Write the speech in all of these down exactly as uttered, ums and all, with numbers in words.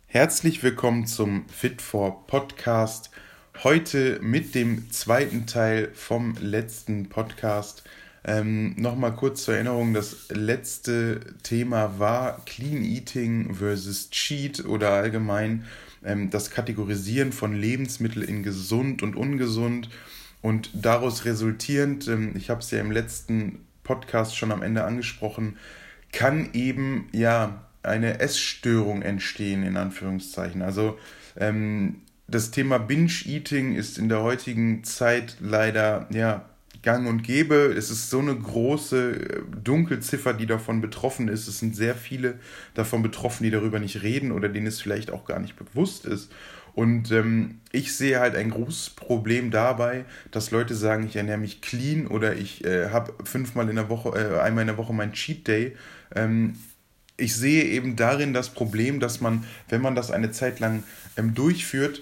Herzlich willkommen zum Fit for Podcast. Heute mit dem zweiten Teil vom letzten Podcast. Ähm, Nochmal kurz zur Erinnerung, das letzte Thema war Clean Eating versus Cheat oder allgemein ähm, das Kategorisieren von Lebensmitteln in gesund und ungesund. Und daraus resultierend, ähm, ich habe es ja im letzten Podcast schon am Ende angesprochen, kann eben ja eine Essstörung entstehen, in Anführungszeichen. Also ähm, das Thema Binge-Eating ist in der heutigen Zeit leider ja gang und gäbe. Es ist so eine große äh, Dunkelziffer, die davon betroffen ist. Es sind sehr viele davon betroffen, die darüber nicht reden oder denen es vielleicht auch gar nicht bewusst ist. Und ähm, ich sehe halt ein großes Problem dabei, dass Leute sagen, ich ernähre mich clean oder ich äh, habe fünfmal in der Woche, äh, einmal in der Woche mein Cheat Day. Ähm, ich sehe eben darin das Problem, dass man, wenn man das eine Zeit lang ähm, durchführt,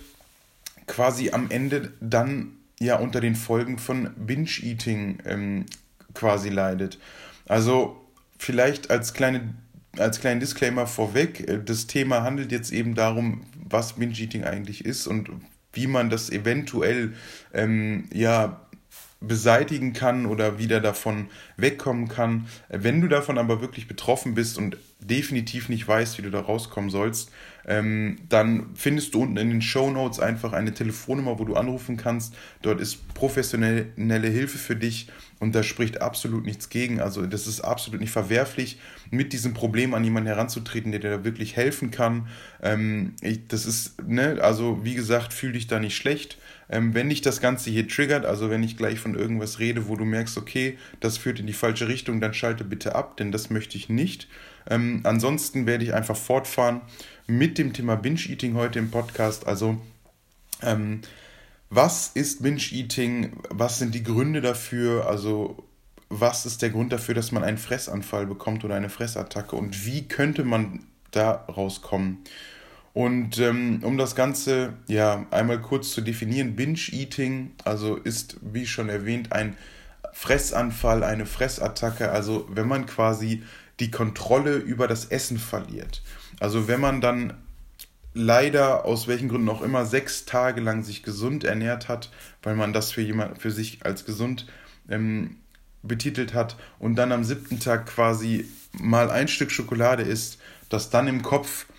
quasi am Ende dann ja unter den Folgen von Binge-Eating ähm, quasi leidet. Also vielleicht als kleine als kleinen Disclaimer vorweg, äh, das Thema handelt jetzt eben darum, was Binge-Eating eigentlich ist und wie man das eventuell ähm, ja beseitigen kann oder wieder davon wegkommen kann. Wenn du davon aber wirklich betroffen bist und definitiv nicht weißt, wie du da rauskommen sollst, ähm, dann findest du unten in den Shownotes einfach eine Telefonnummer, wo du anrufen kannst. Dort ist professionelle Hilfe für dich und da spricht absolut nichts gegen. Also das ist absolut nicht verwerflich, mit diesem Problem an jemanden heranzutreten, der dir da wirklich helfen kann. Ähm, ich, das ist, ne, also wie gesagt, fühl dich da nicht schlecht. Ähm, wenn dich das Ganze hier triggert, also wenn ich gleich von irgendwas rede, wo du merkst, okay, das führt in die falsche Richtung, dann schalte bitte ab, denn das möchte ich nicht. Ähm, ansonsten werde ich einfach fortfahren mit dem Thema Binge-Eating heute im Podcast. Also, ähm, was ist Binge-Eating? Was sind die Gründe dafür? Also, was ist der Grund dafür, dass man einen Fressanfall bekommt oder eine Fressattacke? Und wie könnte man da rauskommen? Und ähm, um das Ganze ja einmal kurz zu definieren, Binge-Eating, also ist, wie schon erwähnt, ein Fressanfall, eine Fressattacke, also wenn man quasi die Kontrolle über das Essen verliert. Also wenn man dann leider, aus welchen Gründen auch immer, sechs Tage lang sich gesund ernährt hat, weil man das für jemand, für sich als gesund ähm, betitelt hat und dann am siebten Tag quasi mal ein Stück Schokolade isst, dass dann im Kopf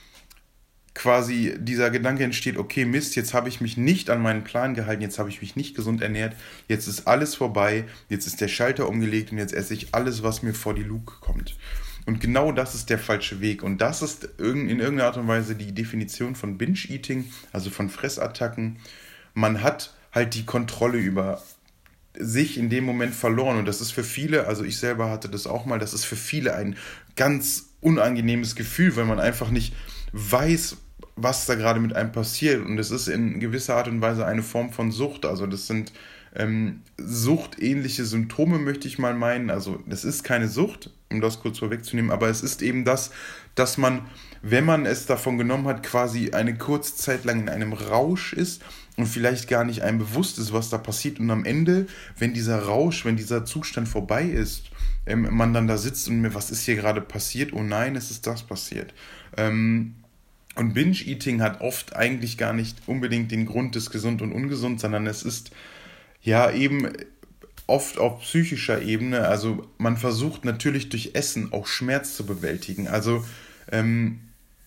quasi dieser Gedanke entsteht, okay, Mist, jetzt habe ich mich nicht an meinen Plan gehalten, jetzt habe ich mich nicht gesund ernährt, jetzt ist alles vorbei, jetzt ist der Schalter umgelegt und jetzt esse ich alles, was mir vor die Luke kommt. Und genau das ist der falsche Weg und das ist in irgendeiner Art und Weise die Definition von Binge-Eating, also von Fressattacken. Man hat halt die Kontrolle über sich in dem Moment verloren und das ist für viele, also ich selber hatte das auch mal, das ist für viele ein ganz unangenehmes Gefühl, weil man einfach nicht weiß, was da gerade mit einem passiert und es ist in gewisser Art und Weise eine Form von Sucht, also das sind ähm, suchtähnliche Symptome, möchte ich mal meinen, also das ist keine Sucht, um das kurz vorwegzunehmen, aber es ist eben das, dass man, wenn man es davon genommen hat, quasi eine kurze Zeit lang in einem Rausch ist und vielleicht gar nicht einem bewusst ist, was da passiert und am Ende, wenn dieser Rausch, wenn dieser Zustand vorbei ist, ähm, man dann da sitzt und mir, was ist hier gerade passiert? Oh nein, es ist das passiert. Ähm, Und Binge-Eating hat oft eigentlich gar nicht unbedingt den Grund des gesund und ungesund, sondern es ist ja eben oft auf psychischer Ebene. Also man versucht natürlich durch Essen auch Schmerz zu bewältigen. Also ähm,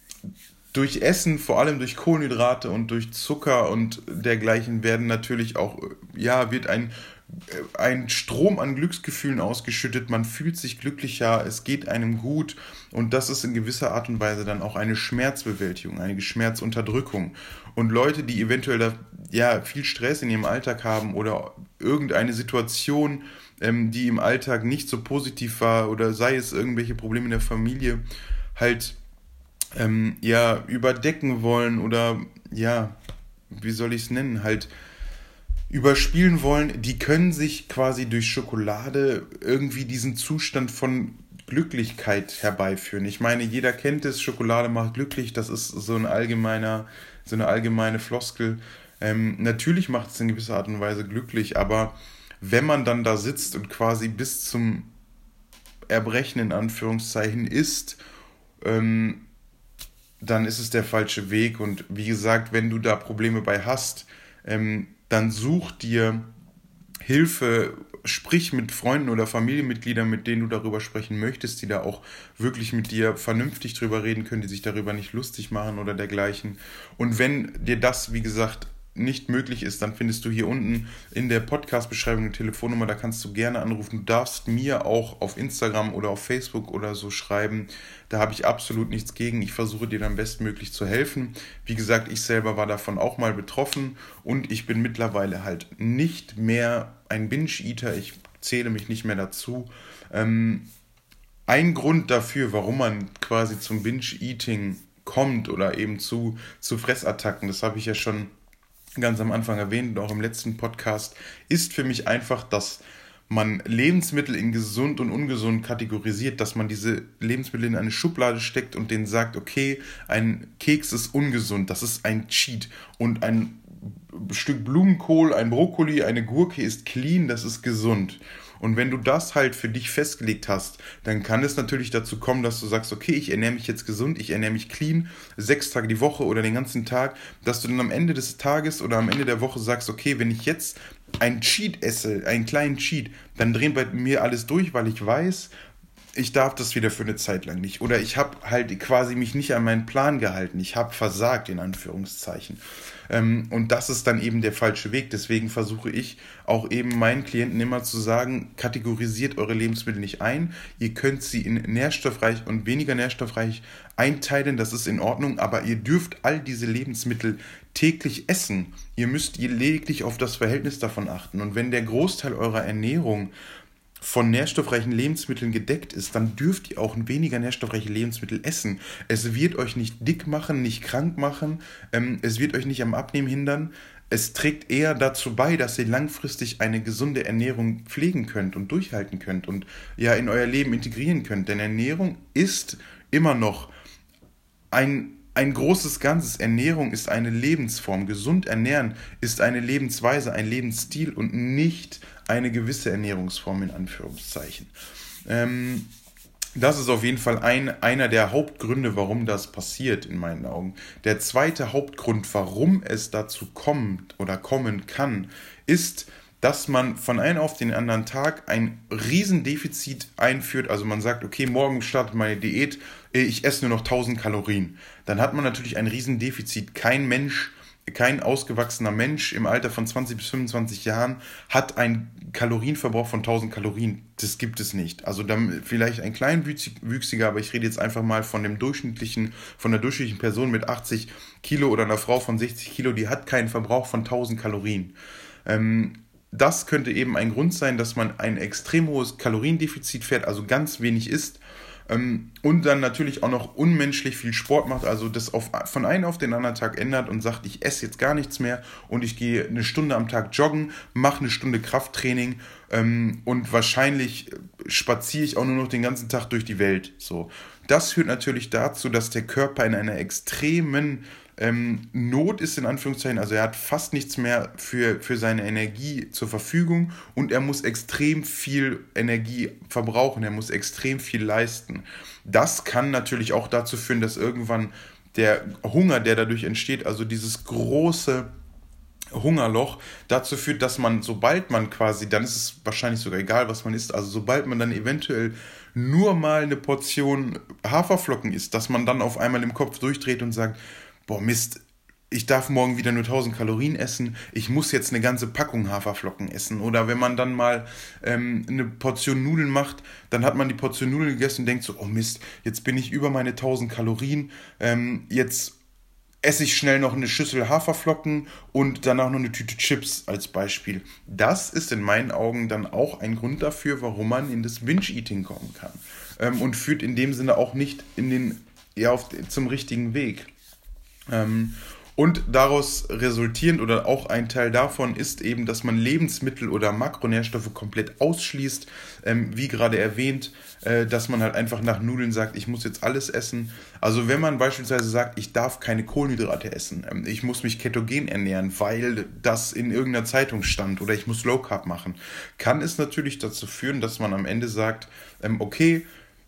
durch Essen, vor allem durch Kohlenhydrate und durch Zucker und dergleichen werden natürlich auch, ja, wird ein ein Strom an Glücksgefühlen ausgeschüttet, man fühlt sich glücklicher, es geht einem gut und das ist in gewisser Art und Weise dann auch eine Schmerzbewältigung, eine Schmerzunterdrückung. Und Leute, die eventuell da, ja, viel Stress in ihrem Alltag haben oder irgendeine Situation, ähm, die im Alltag nicht so positiv war oder sei es irgendwelche Probleme in der Familie, halt ähm, ja, überdecken wollen oder ja, wie soll ich es nennen, halt überspielen wollen, die können sich quasi durch Schokolade irgendwie diesen Zustand von Glücklichkeit herbeiführen. Ich meine, jeder kennt es, Schokolade macht glücklich, das ist so ein allgemeiner, so eine allgemeine Floskel. Ähm, natürlich macht es in gewisser Art und Weise glücklich, aber wenn man dann da sitzt und quasi bis zum Erbrechen in Anführungszeichen isst, ähm, dann ist es der falsche Weg. Und wie gesagt, wenn du da Probleme bei hast, ähm, dann such dir Hilfe, sprich mit Freunden oder Familienmitgliedern, mit denen du darüber sprechen möchtest, die da auch wirklich mit dir vernünftig drüber reden können, die sich darüber nicht lustig machen oder dergleichen. Und wenn dir das, wie gesagt, nicht möglich ist, dann findest du hier unten in der Podcast-Beschreibung eine Telefonnummer, da kannst du gerne anrufen. Du darfst mir auch auf Instagram oder auf Facebook oder so schreiben. Da habe ich absolut nichts gegen. Ich versuche dir dann bestmöglich zu helfen. Wie gesagt, ich selber war davon auch mal betroffen und ich bin mittlerweile halt nicht mehr ein Binge-Eater. Ich zähle mich nicht mehr dazu. Ähm, ein Grund dafür, warum man quasi zum Binge-Eating kommt oder eben zu, zu Fressattacken, das habe ich ja schon ganz am Anfang erwähnt und auch im letzten Podcast, ist für mich einfach, dass man Lebensmittel in gesund und ungesund kategorisiert, dass man diese Lebensmittel in eine Schublade steckt und denen sagt, okay, ein Keks ist ungesund, das ist ein Cheat und ein Stück Blumenkohl, ein Brokkoli, eine Gurke ist clean, das ist gesund. Und wenn du das halt für dich festgelegt hast, dann kann es natürlich dazu kommen, dass du sagst, okay, ich ernähre mich jetzt gesund, ich ernähre mich clean, sechs Tage die Woche oder den ganzen Tag, dass du dann am Ende des Tages oder am Ende der Woche sagst, okay, wenn ich jetzt einen Cheat esse, einen kleinen Cheat, dann drehen bei mir alles durch, weil ich weiß, ich darf das wieder für eine Zeit lang nicht. Oder ich habe halt quasi mich nicht an meinen Plan gehalten. Ich habe versagt, in Anführungszeichen. Ähm, und das ist dann eben der falsche Weg. Deswegen versuche ich auch eben meinen Klienten immer zu sagen, kategorisiert eure Lebensmittel nicht ein. Ihr könnt sie in nährstoffreich und weniger nährstoffreich einteilen. Das ist in Ordnung. Aber ihr dürft all diese Lebensmittel täglich essen. Ihr müsst lediglich auf das Verhältnis davon achten. Und wenn der Großteil eurer Ernährung von nährstoffreichen Lebensmitteln gedeckt ist, dann dürft ihr auch weniger nährstoffreiche Lebensmittel essen. Es wird euch nicht dick machen, nicht krank machen, ähm, es wird euch nicht am Abnehmen hindern. Es trägt eher dazu bei, dass ihr langfristig eine gesunde Ernährung pflegen könnt und durchhalten könnt und ja in euer Leben integrieren könnt. Denn Ernährung ist immer noch ein Ein großes Ganzes. Ernährung ist eine Lebensform. Gesund ernähren ist eine Lebensweise, ein Lebensstil und nicht eine gewisse Ernährungsform in Anführungszeichen. Ähm, das ist auf jeden Fall ein, einer der Hauptgründe, warum das passiert in meinen Augen. Der zweite Hauptgrund, warum es dazu kommt oder kommen kann, ist, dass man von einem auf den anderen Tag ein Riesendefizit einführt. Also man sagt, okay, morgen startet meine Diät, ich esse nur noch tausend Kalorien. Dann hat man natürlich ein Riesendefizit. Kein Mensch, kein ausgewachsener Mensch im Alter von zwanzig bis fünfundzwanzig Jahren hat einen Kalorienverbrauch von tausend Kalorien. Das gibt es nicht. Also dann vielleicht ein kleinwüchsiger, aber ich rede jetzt einfach mal von dem durchschnittlichen, von der durchschnittlichen Person mit achtzig Kilo oder einer Frau von sechzig Kilo, die hat keinen Verbrauch von tausend Kalorien. Ähm, Das könnte eben ein Grund sein, dass man ein extrem hohes Kaloriendefizit fährt, also ganz wenig isst ähm, und dann natürlich auch noch unmenschlich viel Sport macht, also das auf, von einem auf den anderen Tag ändert und sagt, ich esse jetzt gar nichts mehr und ich gehe eine Stunde am Tag joggen, mache eine Stunde Krafttraining ähm, und wahrscheinlich spaziere ich auch nur noch den ganzen Tag durch die Welt. So. Das führt natürlich dazu, dass der Körper in einer extremen Ähm, Not ist in Anführungszeichen, also er hat fast nichts mehr für, für seine Energie zur Verfügung und er muss extrem viel Energie verbrauchen, er muss extrem viel leisten. Das kann natürlich auch dazu führen, dass irgendwann der Hunger, der dadurch entsteht, also dieses große Hungerloch, dazu führt, dass man, sobald man quasi, dann ist es wahrscheinlich sogar egal, was man isst, also sobald man dann eventuell nur mal eine Portion Haferflocken isst, dass man dann auf einmal im Kopf durchdreht und sagt, boah Mist, ich darf morgen wieder nur tausend Kalorien essen, ich muss jetzt eine ganze Packung Haferflocken essen. Oder wenn man dann mal ähm, eine Portion Nudeln macht, dann hat man die Portion Nudeln gegessen und denkt so, oh Mist, jetzt bin ich über meine tausend Kalorien, ähm, jetzt esse ich schnell noch eine Schüssel Haferflocken und danach noch eine Tüte Chips als Beispiel. Das ist in meinen Augen dann auch ein Grund dafür, warum man in das Binge-Eating kommen kann. Ähm, und führt in dem Sinne auch nicht in den, ja, auf, zum richtigen Weg. Ähm, und daraus resultierend oder auch ein Teil davon ist eben, dass man Lebensmittel oder Makronährstoffe komplett ausschließt, ähm, wie gerade erwähnt, äh, dass man halt einfach nach Nudeln sagt, ich muss jetzt alles essen. Also wenn man beispielsweise sagt, ich darf keine Kohlenhydrate essen, ähm, ich muss mich ketogen ernähren, weil das in irgendeiner Zeitung stand oder ich muss Low Carb machen, kann es natürlich dazu führen, dass man am Ende sagt, ähm, okay,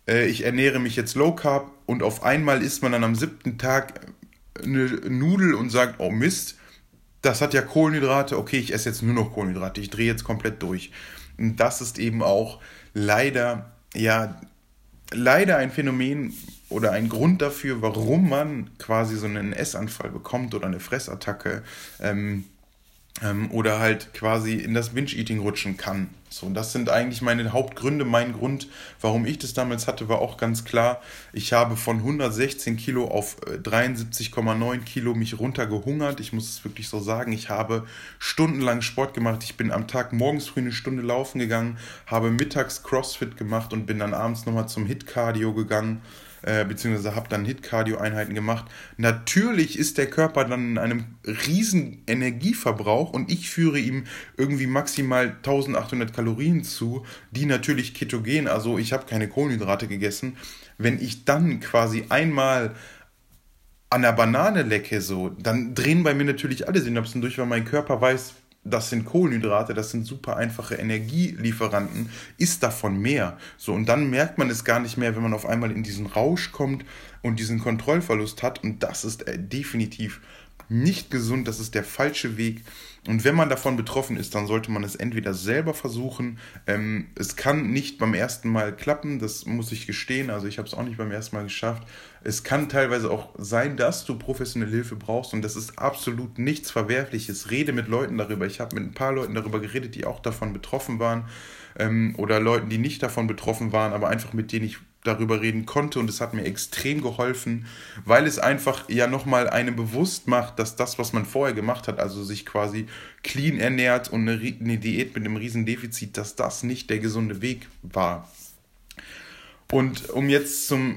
äh, ich ernähre mich jetzt Low Carb und auf einmal isst man dann am siebten Tag eine Nudel und sagt, oh Mist, das hat ja Kohlenhydrate, okay, ich esse jetzt nur noch Kohlenhydrate, ich drehe jetzt komplett durch. Und das ist eben auch leider, ja, leider ein Phänomen oder ein Grund dafür, warum man quasi so einen Essanfall bekommt oder eine Fressattacke ähm, ähm, oder halt quasi in das Binge-Eating rutschen kann. So, das sind eigentlich meine Hauptgründe. Mein Grund, warum ich das damals hatte, war auch ganz klar. Ich habe von hundertsechzehn Kilo auf dreiundsiebzig Komma neun Kilo mich runtergehungert. Ich muss es wirklich so sagen. Ich habe stundenlang Sport gemacht. Ich bin am Tag morgens früh eine Stunde laufen gegangen, habe mittags Crossfit gemacht und bin dann abends nochmal zum Hit-Cardio gegangen. Äh, beziehungsweise habe dann Hit-Cardio-Einheiten gemacht. Natürlich ist der Körper dann in einem riesen Energieverbrauch und ich führe ihm irgendwie maximal eintausendachthundert Kalorien zu, die natürlich ketogen, also ich habe keine Kohlenhydrate gegessen. Wenn ich dann quasi einmal an der Banane lecke, so, dann drehen bei mir natürlich alle Synapsen durch, weil mein Körper weiß, das sind Kohlenhydrate, das sind super einfache Energielieferanten, ist davon mehr. So, und dann merkt man es gar nicht mehr, wenn man auf einmal in diesen Rausch kommt und diesen Kontrollverlust hat. Und das ist äh, definitiv nicht gesund, das ist der falsche Weg. Und wenn man davon betroffen ist, dann sollte man es entweder selber versuchen. Ähm, es kann nicht beim ersten Mal klappen, das muss ich gestehen. Also ich habe es auch nicht beim ersten Mal geschafft. Es kann teilweise auch sein, dass du professionelle Hilfe brauchst und das ist absolut nichts Verwerfliches. Rede mit Leuten darüber. Ich habe mit ein paar Leuten darüber geredet, die auch davon betroffen waren ähm, oder Leuten, die nicht davon betroffen waren, aber einfach mit denen ich darüber reden konnte und es hat mir extrem geholfen, weil es einfach ja nochmal einem bewusst macht, dass das, was man vorher gemacht hat, also sich quasi clean ernährt und eine, eine Diät mit einem riesen Defizit, dass das nicht der gesunde Weg war. Und um jetzt zum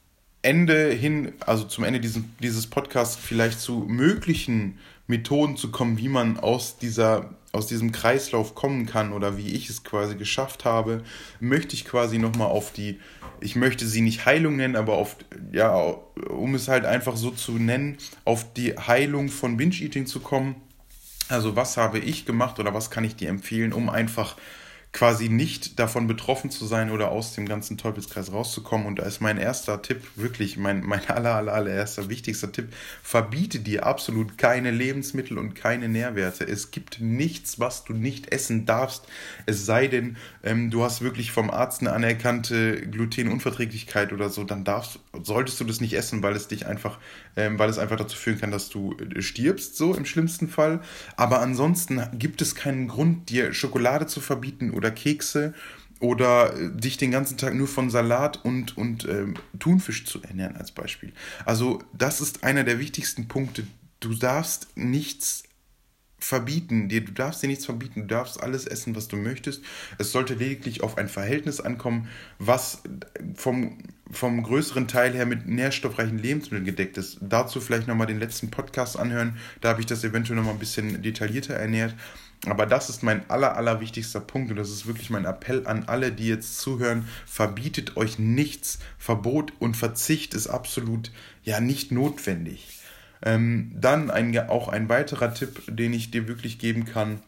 Ende hin, also zum Ende dieses, dieses Podcasts vielleicht zu möglichen Methoden zu kommen, wie man aus dieser aus diesem Kreislauf kommen kann oder wie ich es quasi geschafft habe, möchte ich quasi nochmal auf die, ich möchte sie nicht Heilung nennen, aber auf, ja, um es halt einfach so zu nennen, auf die Heilung von Binge-Eating zu kommen. Also was habe ich gemacht oder was kann ich dir empfehlen, um einfach quasi nicht davon betroffen zu sein oder aus dem ganzen Teufelskreis rauszukommen. Und da ist mein erster Tipp, wirklich mein, mein aller, aller, allererster, wichtigster Tipp, verbiete dir absolut keine Lebensmittel und keine Nährwerte. Es gibt nichts, was du nicht essen darfst, es sei denn, ähm, du hast wirklich vom Arzt eine anerkannte Glutenunverträglichkeit oder so, dann darfst, solltest du das nicht essen, weil es dich einfach, ähm, weil es einfach dazu führen kann, dass du äh, stirbst, so im schlimmsten Fall. Aber ansonsten gibt es keinen Grund, dir Schokolade zu verbieten oder Kekse oder dich den ganzen Tag nur von Salat und, und ähm, Thunfisch zu ernähren als Beispiel. Also das ist einer der wichtigsten Punkte. Du darfst nichts verbieten, dir, du darfst dir nichts verbieten, du darfst alles essen, was du möchtest. Es sollte lediglich auf ein Verhältnis ankommen, was vom, vom größeren Teil her mit nährstoffreichen Lebensmitteln gedeckt ist. Dazu vielleicht nochmal den letzten Podcast anhören, da habe ich das eventuell nochmal ein bisschen detaillierter ernährt. Aber das ist mein aller, aller wichtigster Punkt und das ist wirklich mein Appell an alle, die jetzt zuhören. Verbietet euch nichts. Verbot und Verzicht ist absolut ja nicht notwendig. Ähm, dann ein, auch ein weiterer Tipp, den ich dir wirklich geben kann.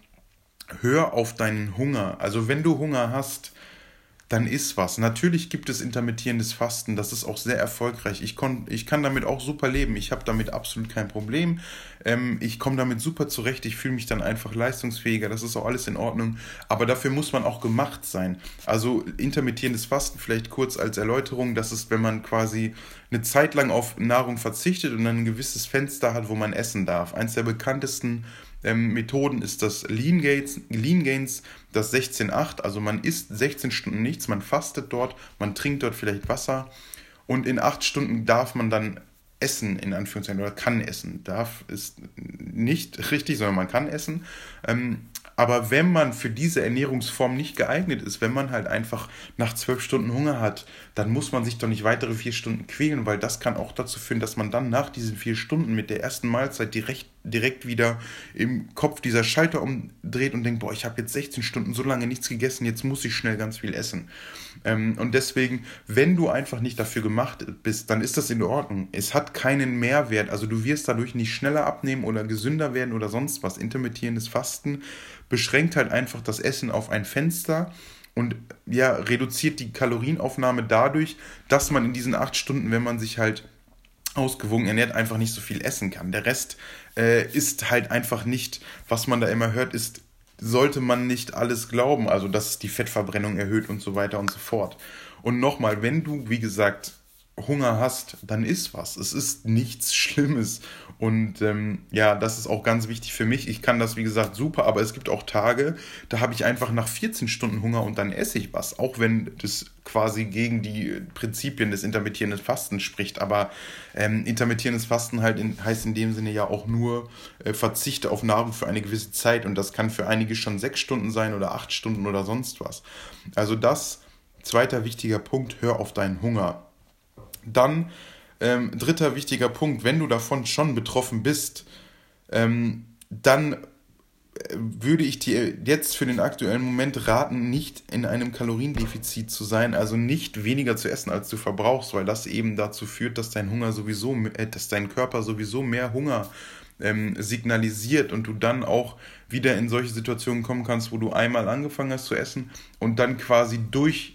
Hör auf deinen Hunger. Also wenn du Hunger hast, dann iss was. Natürlich gibt es intermittierendes Fasten, das ist auch sehr erfolgreich. Ich, kon, ich kann damit auch super leben, ich habe damit absolut kein Problem. Ähm, ich komme damit super zurecht, ich fühle mich dann einfach leistungsfähiger, das ist auch alles in Ordnung. Aber dafür muss man auch gemacht sein. Also intermittierendes Fasten, vielleicht kurz als Erläuterung, das ist, wenn man quasi eine Zeit lang auf Nahrung verzichtet und dann ein gewisses Fenster hat, wo man essen darf. Eins der bekanntesten Ähm, Methoden ist das Lean Gains, Lean Gains, das sechzehn acht, also man isst sechzehn Stunden nichts, man fastet dort, man trinkt dort vielleicht Wasser und in acht Stunden darf man dann essen, in Anführungszeichen, oder kann essen. Darf ist nicht richtig, sondern man kann essen. Ähm, aber wenn man für diese Ernährungsform nicht geeignet ist, wenn man halt einfach nach zwölf Stunden Hunger hat, dann muss man sich doch nicht weitere vier Stunden quälen, weil das kann auch dazu führen, dass man dann nach diesen vier Stunden mit der ersten Mahlzeit direkt, direkt wieder im Kopf dieser Schalter umdreht und denkt, boah, ich habe jetzt sechzehn Stunden so lange nichts gegessen, jetzt muss ich schnell ganz viel essen. Ähm, und deswegen, wenn du einfach nicht dafür gemacht bist, dann ist das in Ordnung. Es hat keinen Mehrwert, also du wirst dadurch nicht schneller abnehmen oder gesünder werden oder sonst was. Intermittierendes Fasten beschränkt halt einfach das Essen auf ein Fenster und ja, reduziert die Kalorienaufnahme dadurch, dass man in diesen acht Stunden, wenn man sich halt ausgewogen ernährt, einfach nicht so viel essen kann. Der Rest äh, ist halt einfach nicht, was man da immer hört, ist, sollte man nicht alles glauben, also dass es die Fettverbrennung erhöht und so weiter und so fort. Und nochmal, wenn du, wie gesagt, Hunger hast, dann isst was. Es ist nichts Schlimmes. Und ähm, ja, das ist auch ganz wichtig für mich. Ich kann das, wie gesagt, super, aber es gibt auch Tage, da habe ich einfach nach vierzehn Stunden Hunger und dann esse ich was. Auch wenn das quasi gegen die Prinzipien des intermittierenden Fastens spricht. Aber ähm, intermittierendes Fasten halt in, heißt in dem Sinne ja auch nur äh, Verzichte auf Nahrung für eine gewisse Zeit. Und das kann für einige schon sechs Stunden sein oder acht Stunden oder sonst was. Also das, zweiter wichtiger Punkt, hör auf deinen Hunger. Dann, ähm, dritter wichtiger Punkt, wenn du davon schon betroffen bist, ähm, dann würde ich dir jetzt für den aktuellen Moment raten, nicht in einem Kaloriendefizit zu sein, also nicht weniger zu essen, als du verbrauchst, weil das eben dazu führt, dass dein Hunger sowieso, äh, dass dein Körper sowieso mehr Hunger ähm, signalisiert und du dann auch wieder in solche Situationen kommen kannst, wo du einmal angefangen hast zu essen und dann quasi durch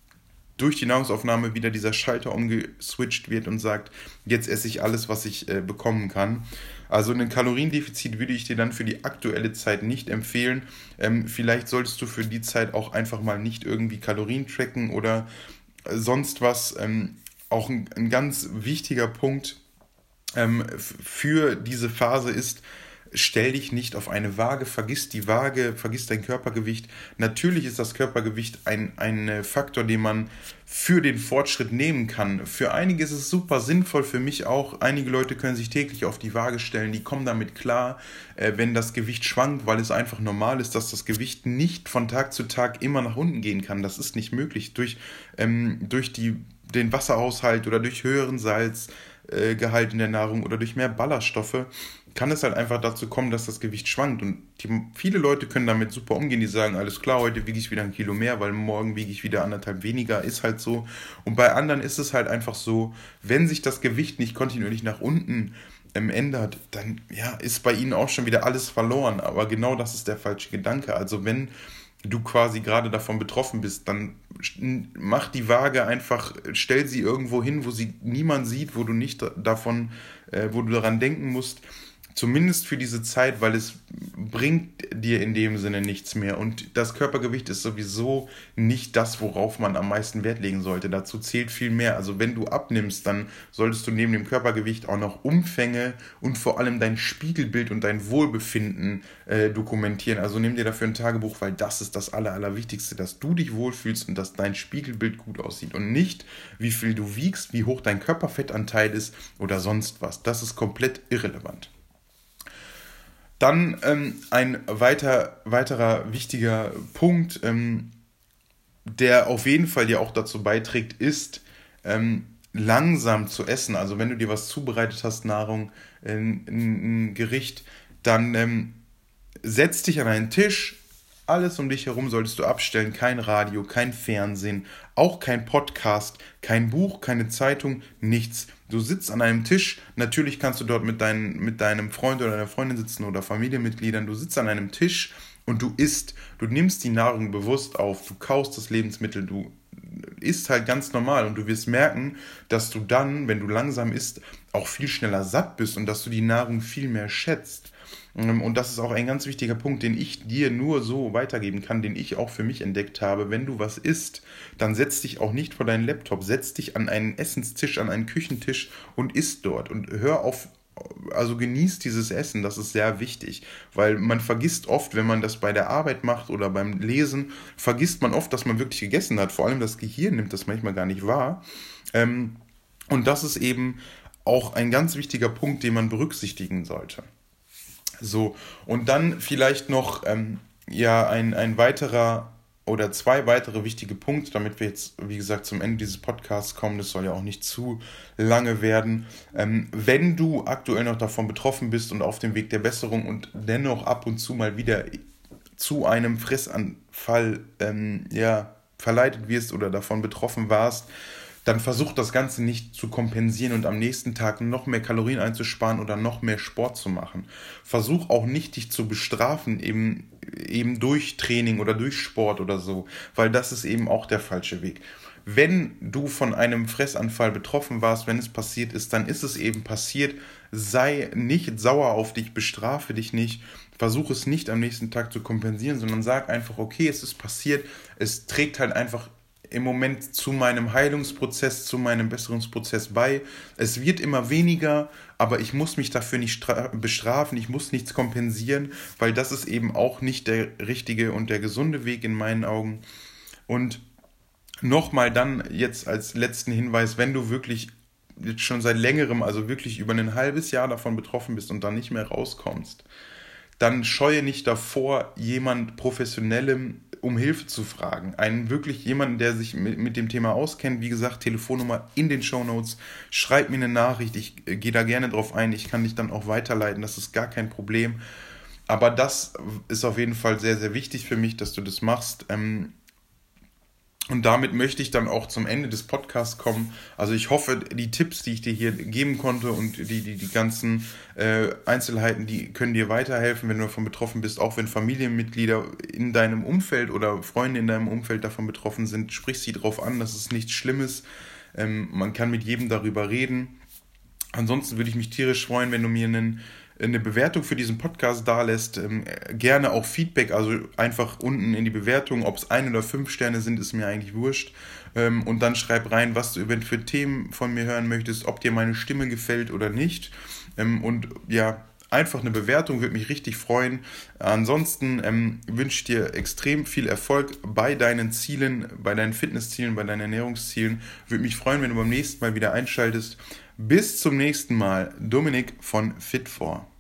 durch die Nahrungsaufnahme wieder dieser Schalter umgeswitcht wird und sagt, jetzt esse ich alles, was ich äh, bekommen kann. Also ein Kaloriendefizit würde ich dir dann für die aktuelle Zeit nicht empfehlen. Ähm, vielleicht solltest du für die Zeit auch einfach mal nicht irgendwie Kalorien tracken oder äh, sonst was. Ähm, auch ein, ein ganz wichtiger Punkt ähm, f- für diese Phase ist, stell dich nicht auf eine Waage, vergiss die Waage, vergiss dein Körpergewicht. Natürlich ist das Körpergewicht ein, ein Faktor, den man für den Fortschritt nehmen kann. Für einige ist es super sinnvoll, für mich auch. Einige Leute können sich täglich auf die Waage stellen, die kommen damit klar, äh, wenn das Gewicht schwankt, weil es einfach normal ist, dass das Gewicht nicht von Tag zu Tag immer nach unten gehen kann. Das ist nicht möglich. Durch, ähm, durch die, den Wasserhaushalt oder durch höheren Salzgehalt in der Nahrung oder durch mehr Ballaststoffe kann es halt einfach dazu kommen, dass das Gewicht schwankt. Und die, viele Leute können damit super umgehen, die sagen, alles klar, heute wiege ich wieder ein Kilo mehr, weil morgen wiege ich wieder anderthalb weniger, ist halt so. Und bei anderen ist es halt einfach so, wenn sich das Gewicht nicht kontinuierlich nach unten ähm, ändert, dann ja, ist bei ihnen auch schon wieder alles verloren. Aber genau das ist der falsche Gedanke. Also wenn du quasi gerade davon betroffen bist, dann mach die Waage einfach, stell sie irgendwo hin, wo sie niemand sieht, wo du nicht davon, äh, wo du daran denken musst, zumindest für diese Zeit, weil es bringt dir in dem Sinne nichts mehr. Und das Körpergewicht ist sowieso nicht das, worauf man am meisten Wert legen sollte. Dazu zählt viel mehr. Also wenn du abnimmst, dann solltest du neben dem Körpergewicht auch noch Umfänge und vor allem dein Spiegelbild und dein Wohlbefinden äh, dokumentieren. Also nimm dir dafür ein Tagebuch, weil das ist das Aller, Allerwichtigste, dass du dich wohlfühlst und dass dein Spiegelbild gut aussieht. Und nicht, wie viel du wiegst, wie hoch dein Körperfettanteil ist oder sonst was. Das ist komplett irrelevant. Dann ähm, ein weiter, weiterer wichtiger Punkt, ähm, der auf jeden Fall dir auch dazu beiträgt, ist ähm, langsam zu essen. Also wenn du dir was zubereitet hast, Nahrung, ein, ein Gericht, dann ähm, setz dich an einen Tisch. Alles um dich herum solltest du abstellen, kein Radio, kein Fernsehen, auch kein Podcast, kein Buch, keine Zeitung, nichts. Du sitzt an einem Tisch, natürlich kannst du dort mit, dein, mit deinem Freund oder deiner Freundin sitzen oder Familienmitgliedern, du sitzt an einem Tisch und du isst, du nimmst die Nahrung bewusst auf, du kaust das Lebensmittel, du isst halt ganz normal und du wirst merken, dass du dann, wenn du langsam isst, auch viel schneller satt bist und dass du die Nahrung viel mehr schätzt. Und das ist auch ein ganz wichtiger Punkt, den ich dir nur so weitergeben kann, den ich auch für mich entdeckt habe. Wenn du was isst, dann setz dich auch nicht vor deinen Laptop, setz dich an einen Essenstisch, an einen Küchentisch und isst dort und hör auf, also genieß dieses Essen, das ist sehr wichtig, weil man vergisst oft, wenn man das bei der Arbeit macht oder beim Lesen, vergisst man oft, dass man wirklich gegessen hat, vor allem das Gehirn nimmt das manchmal gar nicht wahr. Und das ist eben auch ein ganz wichtiger Punkt, den man berücksichtigen sollte. So, und dann vielleicht noch ähm, ja, ein, ein weiterer oder zwei weitere wichtige Punkte, damit wir jetzt, wie gesagt, zum Ende dieses Podcasts kommen. Das soll ja auch nicht zu lange werden. Ähm, wenn du aktuell noch davon betroffen bist und auf dem Weg der Besserung und dennoch ab und zu mal wieder zu einem Fressanfall ähm, ja, verleitet wirst oder davon betroffen warst, dann versuch das Ganze nicht zu kompensieren und am nächsten Tag noch mehr Kalorien einzusparen oder noch mehr Sport zu machen. Versuch auch nicht, dich zu bestrafen, eben, eben durch Training oder durch Sport oder so, weil das ist eben auch der falsche Weg. Wenn du von einem Fressanfall betroffen warst, wenn es passiert ist, dann ist es eben passiert. Sei nicht sauer auf dich, bestrafe dich nicht, versuche es nicht am nächsten Tag zu kompensieren, sondern sag einfach, okay, es ist passiert, es trägt halt einfach im Moment zu meinem Heilungsprozess, zu meinem Besserungsprozess bei. Es wird immer weniger, aber ich muss mich dafür nicht stra- bestrafen, ich muss nichts kompensieren, weil das ist eben auch nicht der richtige und der gesunde Weg in meinen Augen. Und nochmal dann jetzt als letzten Hinweis, wenn du wirklich jetzt schon seit längerem, also wirklich über ein halbes Jahr davon betroffen bist und dann nicht mehr rauskommst, dann scheue nicht davor, jemand Professionellem um Hilfe zu fragen. Einen wirklich jemanden, der sich mit, mit dem Thema auskennt. Wie gesagt, Telefonnummer in den Shownotes. Schreib mir eine Nachricht, ich äh, gehe da gerne drauf ein. Ich kann dich dann auch weiterleiten, das ist gar kein Problem. Aber das ist auf jeden Fall sehr, sehr wichtig für mich, dass du das machst. Ähm, Und damit möchte ich dann auch zum Ende des Podcasts kommen. Also ich hoffe, die Tipps, die ich dir hier geben konnte und die, die, die ganzen äh, Einzelheiten, die können dir weiterhelfen, wenn du davon betroffen bist. Auch wenn Familienmitglieder in deinem Umfeld oder Freunde in deinem Umfeld davon betroffen sind, sprich sie drauf an, das ist nichts Schlimmes. Ähm, man kann mit jedem darüber reden. Ansonsten würde ich mich tierisch freuen, wenn du mir einen eine Bewertung für diesen Podcast dalässt, ähm, gerne auch Feedback, also einfach unten in die Bewertung, ob es ein oder fünf Sterne sind, ist mir eigentlich wurscht. Ähm, und dann schreib rein, was du eventuell für Themen von mir hören möchtest, ob dir meine Stimme gefällt oder nicht. Ähm, und ja, einfach eine Bewertung, würde mich richtig freuen. Ansonsten ähm, wünsche ich dir extrem viel Erfolg bei deinen Zielen, bei deinen Fitnesszielen, bei deinen Ernährungszielen. Würde mich freuen, wenn du beim nächsten Mal wieder einschaltest. Bis zum nächsten Mal, Dominik von Fit four.